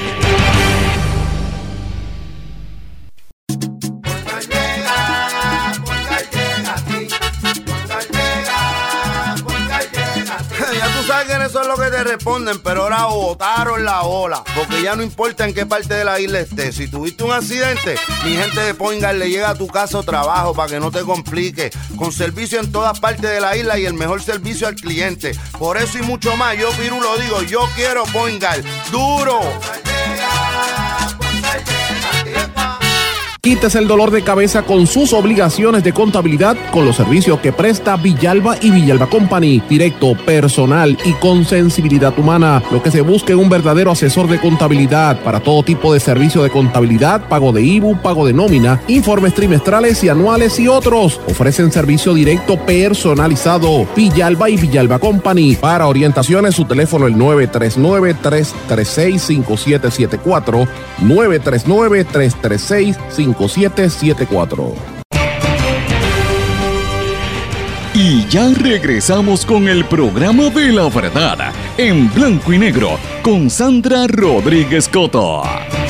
Eso es lo que te responden, pero ahora botaron la ola, porque ya no importa en qué parte de la isla estés. Si tuviste un accidente, mi gente de Poingal le llega a tu casa o trabajo para que no te complique, con servicio en todas partes de la isla y el mejor servicio al cliente. Por eso y mucho más, yo Piru lo digo, yo quiero Poingal, duro. Quítese el dolor de cabeza con sus obligaciones de contabilidad con los servicios que presta Villalba y Villalba Company. Directo, personal y con sensibilidad humana. Lo que se busca es un verdadero asesor de contabilidad para todo tipo de servicio de contabilidad, pago de IBU, pago de nómina, informes trimestrales y anuales y otros. Ofrecen servicio directo personalizado. Villalba y Villalba Company. Para orientaciones, su teléfono el 939-336-5774. 939-336-5774. Y ya regresamos con el programa de la verdad, en Blanco y Negro, con Sandra Rodríguez Coto.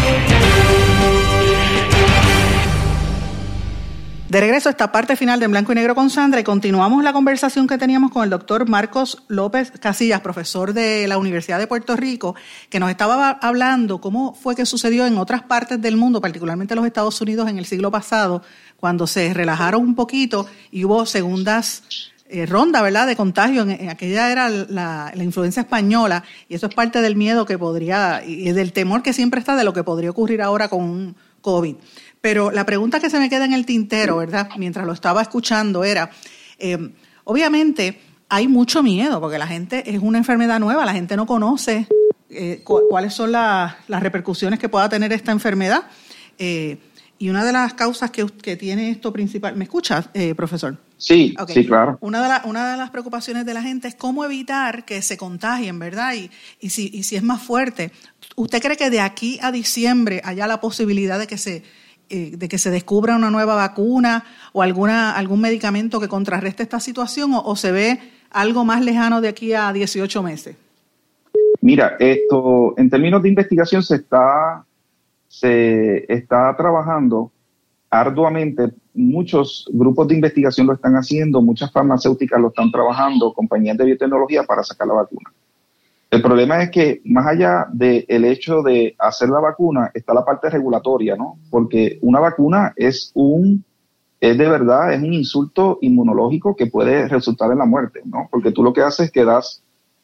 De regreso a esta parte final de En Blanco y Negro con Sandra y continuamos la conversación que teníamos con el doctor Marcos López Casillas, profesor de la Universidad de Puerto Rico, que nos estaba hablando cómo fue que sucedió en otras partes del mundo, particularmente en los Estados Unidos en el siglo pasado, cuando se relajaron un poquito y hubo segundas rondas, ¿verdad?, de contagio. En aquella era la influencia española y eso es parte del miedo que podría y del temor que siempre está de lo que podría ocurrir ahora con COVID. Pero la pregunta que se me queda en el tintero, ¿verdad? Mientras lo estaba escuchando era, obviamente hay mucho miedo porque la gente es una enfermedad nueva, la gente no conoce cuáles son las repercusiones que pueda tener esta enfermedad. Y una de las causas que tiene esto principal, ¿me escuchas, profesor? Sí, okay. Sí, claro. Una de las preocupaciones de la gente es cómo evitar que se contagien, ¿verdad? Y si es más fuerte. ¿Usted cree que de aquí a diciembre haya la posibilidad de que se descubra una nueva vacuna o algún medicamento que contrarreste esta situación o se ve algo más lejano de aquí a 18 meses? Mira, esto en términos de investigación se está trabajando arduamente. Muchos grupos de investigación lo están haciendo, muchas farmacéuticas lo están trabajando, compañías de biotecnología para sacar la vacuna. El problema es que más allá del hecho de hacer la vacuna está la parte regulatoria, ¿no? Porque una vacuna es un insulto inmunológico que puede resultar en la muerte, ¿no? Porque tú lo que haces es que das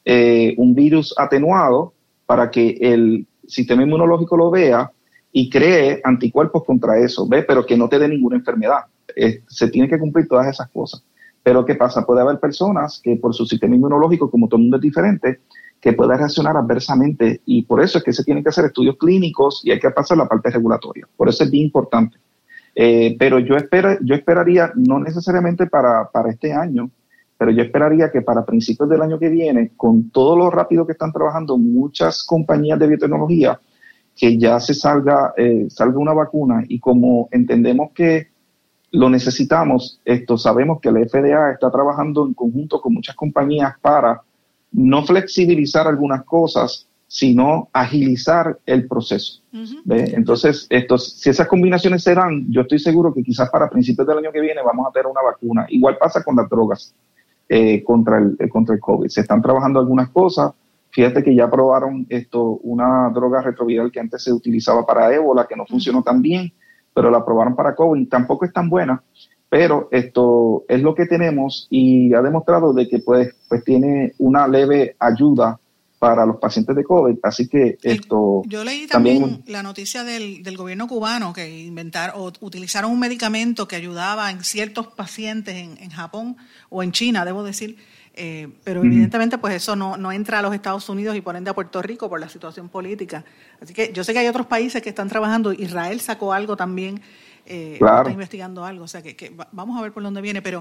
un virus atenuado para que el sistema inmunológico lo vea y cree anticuerpos contra eso, ¿ves? Pero que no te dé ninguna enfermedad. Se tienen que cumplir todas esas cosas. Pero ¿qué pasa? Puede haber personas que por su sistema inmunológico, como todo el mundo es diferente, que pueda reaccionar adversamente, y por eso es que se tienen que hacer estudios clínicos y hay que pasar la parte regulatoria. Por eso es bien importante. Pero yo esperaría, no necesariamente para este año, pero yo esperaría que para principios del año que viene, con todo lo rápido que están trabajando muchas compañías de biotecnología, que ya se salga una vacuna, y como entendemos que lo necesitamos, sabemos que la FDA está trabajando en conjunto con muchas compañías para no flexibilizar algunas cosas, sino agilizar el proceso. Uh-huh. Entonces, si esas combinaciones se dan, yo estoy seguro que quizás para principios del año que viene vamos a tener una vacuna. Igual pasa con las drogas contra el COVID. Se están trabajando algunas cosas. Fíjate que ya probaron una droga retroviral que antes se utilizaba para ébola, que no funcionó tan bien, pero la probaron para COVID. Tampoco es tan buena, pero esto es lo que tenemos y ha demostrado de que pues tiene una leve ayuda para los pacientes de COVID. Así que yo leí también la noticia del gobierno cubano que utilizaron un medicamento que ayudaba en ciertos pacientes en Japón o en China, debo decir, pero evidentemente pues eso no entra a los Estados Unidos y por ende a Puerto Rico por la situación política. Así que yo sé que hay otros países que están trabajando. Israel sacó algo también, claro. Está investigando algo, o sea que vamos a ver por dónde viene. Pero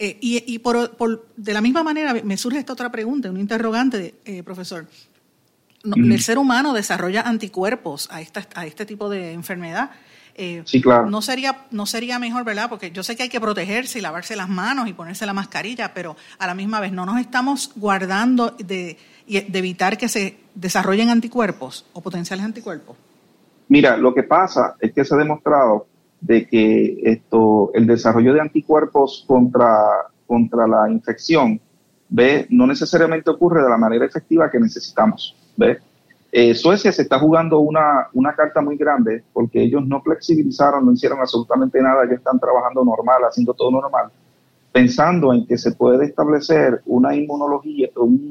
y de la misma manera me surge esta otra pregunta, un interrogante, profesor. ¿El ser humano desarrolla anticuerpos a este tipo de enfermedad? Sí, claro. No sería mejor, ¿verdad? Porque yo sé que hay que protegerse y lavarse las manos y ponerse la mascarilla, pero a la misma vez no nos estamos guardando de evitar que se desarrollen anticuerpos o potenciales anticuerpos. Mira, lo que pasa es que se ha demostrado de que el desarrollo de anticuerpos contra la infección, no necesariamente ocurre de la manera efectiva que necesitamos, Suecia se está jugando una carta muy grande porque ellos no flexibilizaron, no hicieron absolutamente nada, ellos están trabajando normal, haciendo todo normal, pensando en que se puede establecer una inmunología,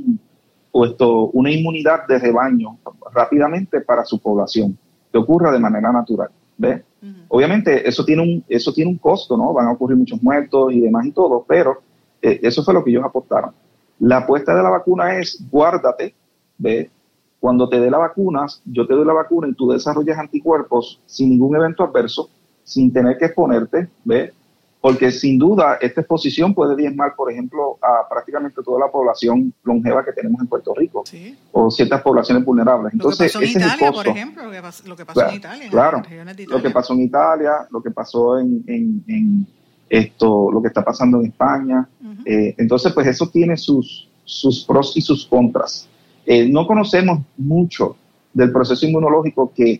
una inmunidad de rebaño rápidamente para su población, que ocurra de manera natural, Uh-huh. Obviamente eso tiene un costo, ¿no? Van a ocurrir muchos muertos y demás y todo, pero eso fue lo que ellos apostaron. La apuesta de la vacuna es guárdate, cuando te dé la vacuna, yo te doy la vacuna y tú desarrollas anticuerpos sin ningún evento adverso, sin tener que exponerte, porque sin duda esta exposición puede diezmar, por ejemplo, a prácticamente toda la población longeva que tenemos en Puerto Rico, ¿sí? O ciertas poblaciones vulnerables. Entonces, lo que pasó en Italia, por ejemplo, lo que pasó en Italia, claro, en las regiones de Italia. Lo que pasó en Italia, lo que pasó en lo que está pasando en España. Uh-huh. Entonces, pues eso tiene sus pros y sus contras. No conocemos mucho del proceso inmunológico que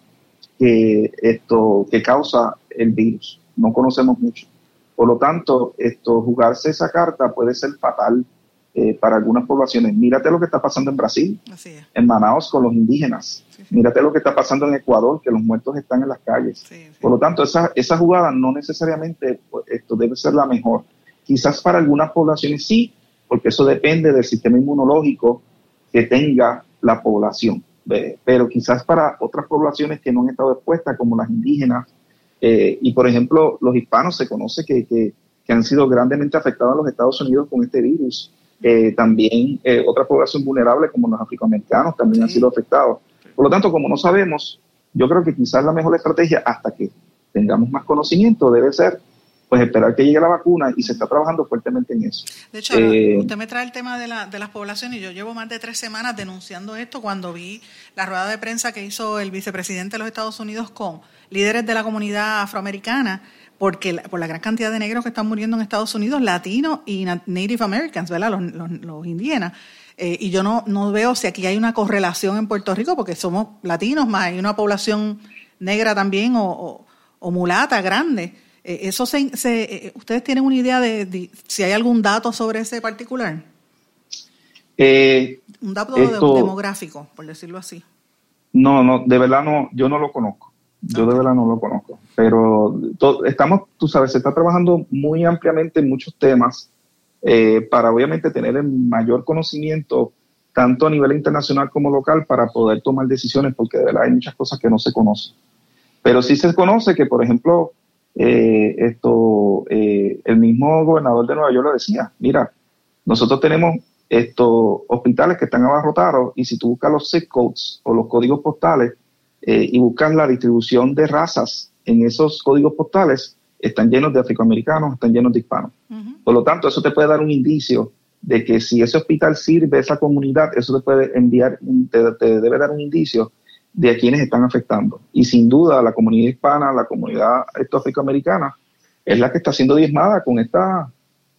causa el virus. No conocemos mucho. Por lo tanto, jugarse esa carta puede ser fatal para algunas poblaciones. Mírate lo que está pasando en Brasil, en Manaos con los indígenas. Sí. Mírate lo que está pasando en Ecuador, que los muertos están en las calles. Sí. Por lo tanto, esa jugada no necesariamente debe ser la mejor. Quizás para algunas poblaciones sí, porque eso depende del sistema inmunológico que tenga la población. Pero quizás para otras poblaciones que no han estado expuestas, como las indígenas, Y, por ejemplo, los hispanos se conoce que han sido grandemente afectados en los Estados Unidos con este virus. También otra población vulnerable, como los afroamericanos, también han sido afectados. Por lo tanto, como no sabemos, yo creo que quizás la mejor estrategia, hasta que tengamos más conocimiento, debe ser pues esperar que llegue la vacuna, y se está trabajando fuertemente en eso. De hecho, usted me trae el tema de las poblaciones, y yo llevo más de 3 semanas denunciando esto cuando vi la rueda de prensa que hizo el vicepresidente de los Estados Unidos con líderes de la comunidad afroamericana, por la gran cantidad de negros que están muriendo en Estados Unidos, latinos y Native Americans, ¿verdad? Los indígenas. Y yo no veo si aquí hay una correlación en Puerto Rico, porque somos latinos, más hay una población negra también o mulata grande. ¿Ustedes tienen una idea de si hay algún dato sobre ese particular? Un dato demográfico, por decirlo así. No, de verdad no, yo no lo conozco. Yo de verdad no lo conozco. Pero se está trabajando muy ampliamente en muchos temas para obviamente tener el mayor conocimiento, tanto a nivel internacional como local, para poder tomar decisiones, porque de verdad hay muchas cosas que no se conocen. Pero sí se conoce que, por ejemplo, el mismo gobernador de Nueva York lo decía: mira, nosotros tenemos hospitales que están abarrotados, y si tú buscas los zip codes o los códigos postales y buscas la distribución de razas en esos códigos postales, están llenos de afroamericanos, están llenos de hispanos. Uh-huh. Por lo tanto, eso te puede dar un indicio de que si ese hospital sirve a esa comunidad, eso te puede te debe dar un indicio de a quienes están afectando. Y sin duda la comunidad hispana, la comunidad afroamericana, es la que está siendo diezmada con esta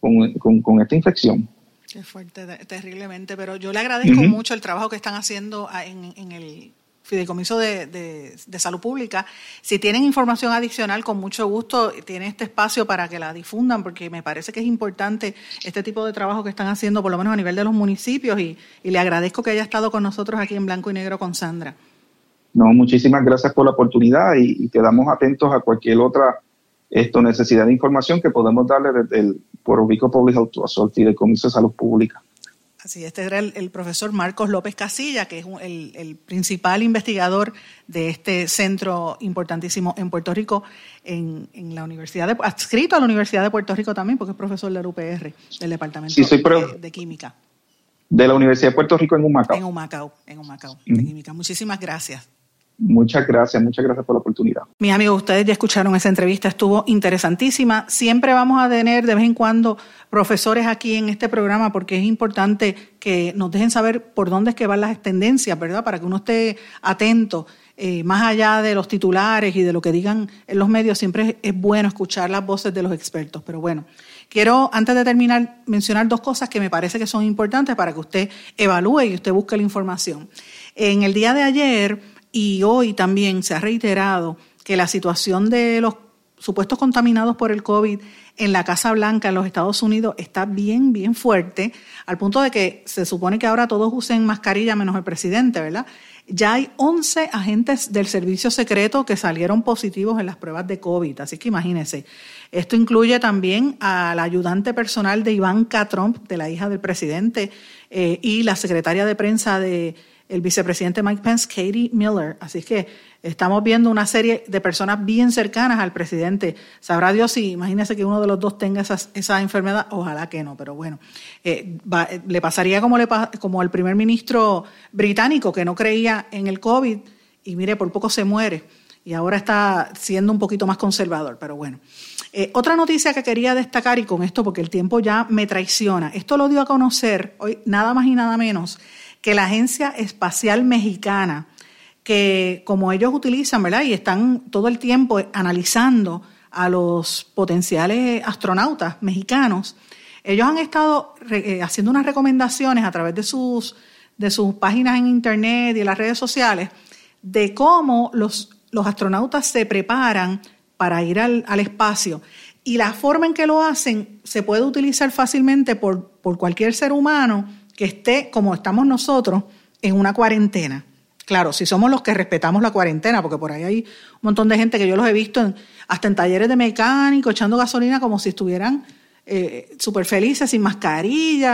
infección. Qué fuerte, terriblemente, pero yo le agradezco mucho el trabajo que están haciendo en el Fideicomiso de Salud Pública. Si tienen información adicional, con mucho gusto tiene este espacio para que la difundan, porque me parece que es importante este tipo de trabajo que están haciendo, por lo menos a nivel de los municipios, y le agradezco que haya estado con nosotros aquí en Blanco y Negro con Sandra. No, muchísimas gracias por la oportunidad, y quedamos atentos a cualquier otra necesidad de información que podemos darle desde el Puerto Rico Public Health Authority, del Comiso de Salud Pública. Así, este era el profesor Marcos López Casilla, que es el principal investigador de este centro importantísimo en Puerto Rico, en la universidad adscrito a la Universidad de Puerto Rico también, porque es profesor de la UPR, del Departamento de Química. De la Universidad de Puerto Rico en Humacao. En Humacao, de Química. Muchísimas gracias. Muchas gracias por la oportunidad. Mis amigos, ustedes ya escucharon esa entrevista, estuvo interesantísima. Siempre vamos a tener de vez en cuando profesores aquí en este programa, porque es importante que nos dejen saber por dónde es que van las tendencias, ¿verdad? Para que uno esté atento, más allá de los titulares y de lo que digan en los medios. Siempre es bueno escuchar las voces de los expertos. Pero bueno, quiero, antes de terminar, mencionar 2 cosas que me parece que son importantes para que usted evalúe y usted busque la información. En el día de ayer y hoy también se ha reiterado que la situación de los supuestos contaminados por el COVID en la Casa Blanca en los Estados Unidos está bien, bien fuerte, al punto de que se supone que ahora todos usen mascarilla menos el presidente, ¿verdad? Ya hay 11 agentes del servicio secreto que salieron positivos en las pruebas de COVID, así que imagínense. Esto incluye también al ayudante personal de Ivanka Trump, de la hija del presidente, y la secretaria de prensa de el vicepresidente Mike Pence, Katie Miller. Así que estamos viendo una serie de personas bien cercanas al presidente. Sabrá Dios si, imagínese que uno de los dos tenga esa enfermedad. Ojalá que no, pero bueno. Le pasaría como al primer ministro británico, que no creía en el COVID y mire, por poco se muere. Y ahora está siendo un poquito más conservador, pero bueno. Otra noticia que quería destacar, y con esto porque el tiempo ya me traiciona, esto lo dio a conocer hoy nada más y nada menos que la Agencia Espacial Mexicana, que como ellos utilizan, ¿verdad? Y están todo el tiempo analizando a los potenciales astronautas mexicanos, ellos han estado haciendo unas recomendaciones a través de sus páginas en internet y en las redes sociales de cómo los astronautas se preparan para ir al espacio. Y la forma en que lo hacen se puede utilizar fácilmente por cualquier ser humano que esté, como estamos nosotros, en una cuarentena. Claro, si somos los que respetamos la cuarentena, porque por ahí hay un montón de gente que yo los he visto hasta en talleres de mecánico, echando gasolina como si estuvieran súper felices, sin mascarilla,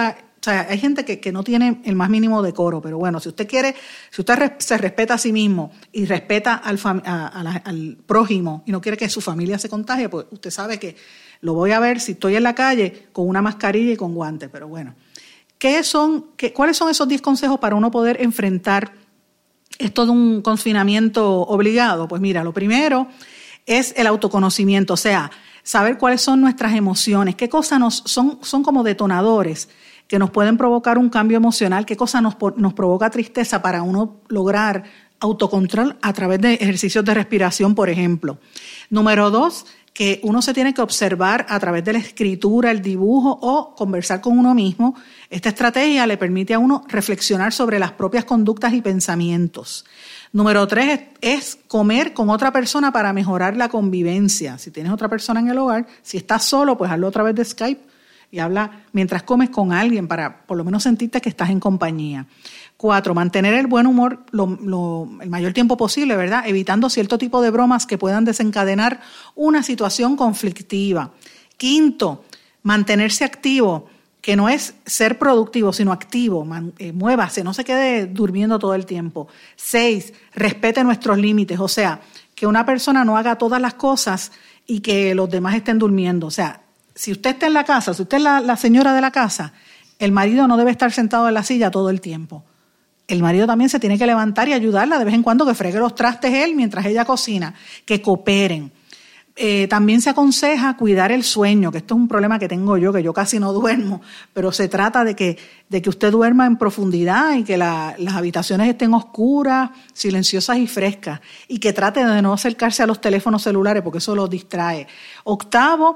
O sea, hay gente que no tiene el más mínimo decoro, pero bueno, si usted se respeta a sí mismo y respeta al prójimo y no quiere que su familia se contagie, pues usted sabe que lo voy a ver si estoy en la calle con una mascarilla y con guantes. Pero bueno, ¿cuáles son esos 10 consejos para uno poder enfrentar esto de un confinamiento obligado? Pues mira, lo primero es el autoconocimiento, o sea, saber cuáles son nuestras emociones, qué cosas son como detonadores que nos pueden provocar un cambio emocional, qué cosa nos provoca tristeza para uno lograr autocontrol a través de ejercicios de respiración, por ejemplo. Número 2, que uno se tiene que observar a través de la escritura, el dibujo o conversar con uno mismo. Esta estrategia le permite a uno reflexionar sobre las propias conductas y pensamientos. Número 3 es comer con otra persona para mejorar la convivencia. Si tienes otra persona en el hogar, si estás solo, pues hazlo a través de Skype y habla mientras comes con alguien para por lo menos sentirte que estás en compañía. 4, mantener el buen humor el mayor tiempo posible, ¿verdad? Evitando cierto tipo de bromas que puedan desencadenar una situación conflictiva. 5, mantenerse activo, que no es ser productivo, sino activo. Muévase, no se quede durmiendo todo el tiempo. 6, respete nuestros límites, o sea, que una persona no haga todas las cosas y que los demás estén durmiendo. O sea, si usted está en la casa, si usted es la señora de la casa, el marido no debe estar sentado en la silla todo el tiempo. El marido también se tiene que levantar y ayudarla de vez en cuando, que fregue los trastes él mientras ella cocina, que cooperen. También se aconseja cuidar el sueño, que esto es un problema que tengo yo, que yo casi no duermo, pero se trata de que usted duerma en profundidad y que las habitaciones estén oscuras, silenciosas y frescas, y que trate de no acercarse a los teléfonos celulares porque eso los distrae. 8,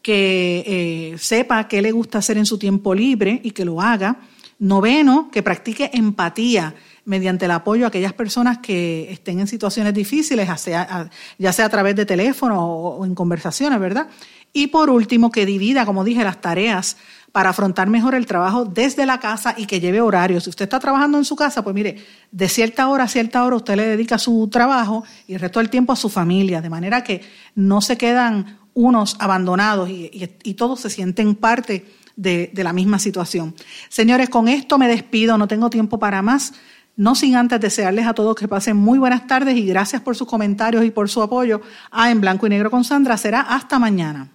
que sepa qué le gusta hacer en su tiempo libre y que lo haga. 9, que practique empatía mediante el apoyo a aquellas personas que estén en situaciones difíciles, ya sea a través de teléfono o en conversaciones, ¿verdad? Y por último, que divida, como dije, las tareas para afrontar mejor el trabajo desde la casa y que lleve horarios. Si usted está trabajando en su casa, pues mire, de cierta hora a cierta hora usted le dedica su trabajo y el resto del tiempo a su familia, de manera que no se quedan unos abandonados y todos se sienten parte de la misma situación. Señores, con esto me despido, no tengo tiempo para más, no sin antes desearles a todos que pasen muy buenas tardes y gracias por sus comentarios y por su apoyo a En Blanco y Negro con Sandra. Será hasta mañana.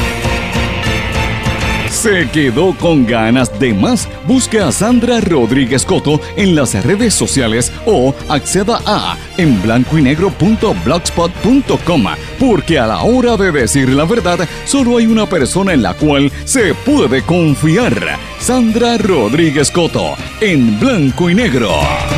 ¿Se quedó con ganas de más? Busque a Sandra Rodríguez Coto en las redes sociales o acceda a enblancoynegro.blogspot.com, porque a la hora de decir la verdad, solo hay una persona en la cual se puede confiar. Sandra Rodríguez Coto, en Blanco y Negro.